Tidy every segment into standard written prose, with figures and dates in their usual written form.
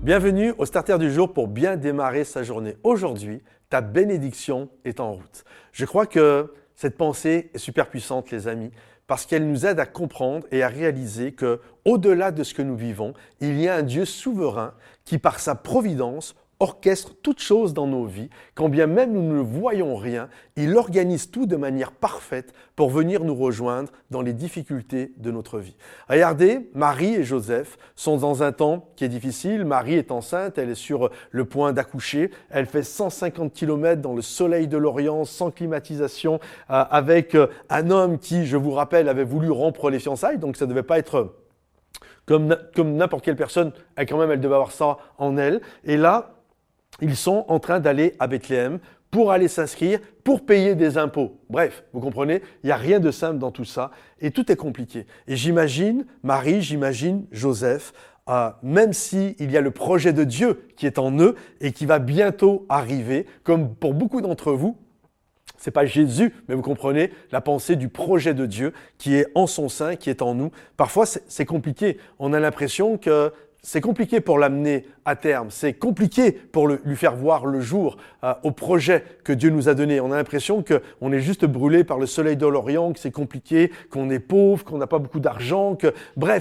Bienvenue au Starter du jour pour bien démarrer sa journée. Aujourd'hui, ta bénédiction est en route. Je crois que cette pensée est super puissante, les amis, parce qu'elle nous aide à comprendre et à réaliser que, au-delà de ce que nous vivons, il y a un Dieu souverain qui, par sa providence, orchestre toutes choses dans nos vies, quand bien même nous ne voyons rien, il organise tout de manière parfaite pour venir nous rejoindre dans les difficultés de notre vie. Regardez, Marie et Joseph sont dans un temps qui est difficile. Marie est enceinte, elle est sur le point d'accoucher, elle fait 150 km dans le soleil de l'Orient, sans climatisation, avec un homme qui, je vous rappelle, avait voulu rompre les fiançailles, donc ça ne devait pas être comme n'importe quelle personne, elle devait avoir ça en elle. Et là, ils sont en train d'aller à Bethléem pour aller s'inscrire, pour payer des impôts. Bref, vous comprenez, il n'y a rien de simple dans tout ça et tout est compliqué. Et j'imagine Marie, j'imagine Joseph, même s'il y a le projet de Dieu qui est en eux et qui va bientôt arriver, comme pour beaucoup d'entre vous, c'est pas Jésus, mais vous comprenez la pensée du projet de Dieu qui est en son sein, qui est en nous. Parfois, c'est compliqué. On a l'impression que c'est compliqué pour l'amener à terme, c'est compliqué pour lui faire voir le jour au projet que Dieu nous a donné. On a l'impression qu'on est juste brûlé par le soleil de l'Orient, que c'est compliqué, qu'on est pauvre, qu'on n'a pas beaucoup d'argent, que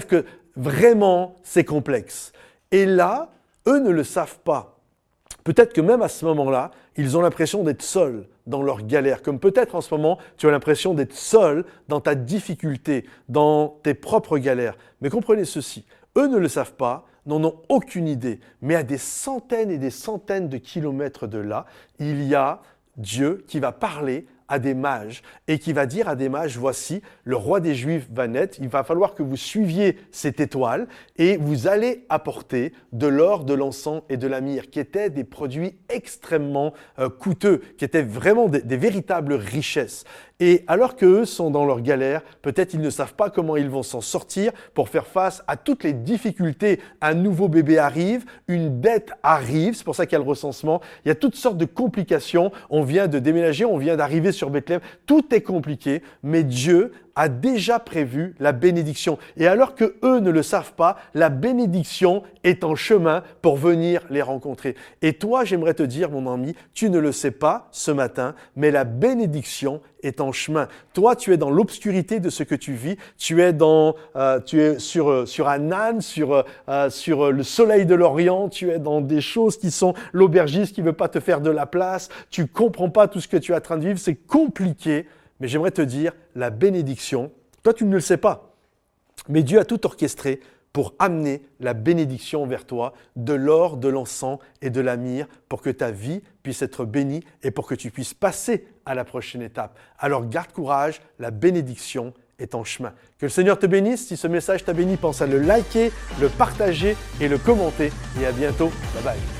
vraiment c'est complexe. Et là, eux ne le savent pas. Peut-être que même à ce moment-là, ils ont l'impression d'être seuls dans leur galère. Comme peut-être en ce moment, tu as l'impression d'être seul dans ta difficulté, dans tes propres galères. Mais comprenez ceci, eux ne le savent pas, n'en ont aucune idée. Mais à des centaines et des centaines de kilomètres de là, il y a Dieu qui va parler à des mages et qui va dire à des mages, voici, le roi des Juifs va naître, il va falloir que vous suiviez cette étoile et vous allez apporter de l'or, de l'encens et de la myrrhe, qui étaient des produits extrêmement coûteux, qui étaient vraiment des véritables richesses. Et alors qu'eux sont dans leur galère, peut-être ils ne savent pas comment ils vont s'en sortir pour faire face à toutes les difficultés. Un nouveau bébé arrive, une dette arrive, c'est pour ça qu'il y a le recensement. Il y a toutes sortes de complications. On vient de déménager, on vient d'arriver sur Bethléem. Tout est compliqué, mais Dieu a déjà prévu la bénédiction. Et alors que eux ne le savent pas, la bénédiction est en chemin pour venir les rencontrer. Et toi, j'aimerais te dire, mon ami, tu ne le sais pas ce matin, mais la bénédiction est en chemin. Toi, tu es dans l'obscurité de ce que tu vis. Tu es sur un âne, sur le soleil de l'Orient. Tu es dans des choses qui sont l'aubergiste qui veut pas te faire de la place. Tu comprends pas tout ce que tu es en train de vivre. C'est compliqué. Mais j'aimerais te dire, la bénédiction, toi tu ne le sais pas, mais Dieu a tout orchestré pour amener la bénédiction vers toi, de l'or, de l'encens et de la myrrhe, pour que ta vie puisse être bénie et pour que tu puisses passer à la prochaine étape. Alors garde courage, la bénédiction est en chemin. Que le Seigneur te bénisse. Si ce message t'a béni, pense à le liker, le partager et le commenter. Et à bientôt. Bye bye.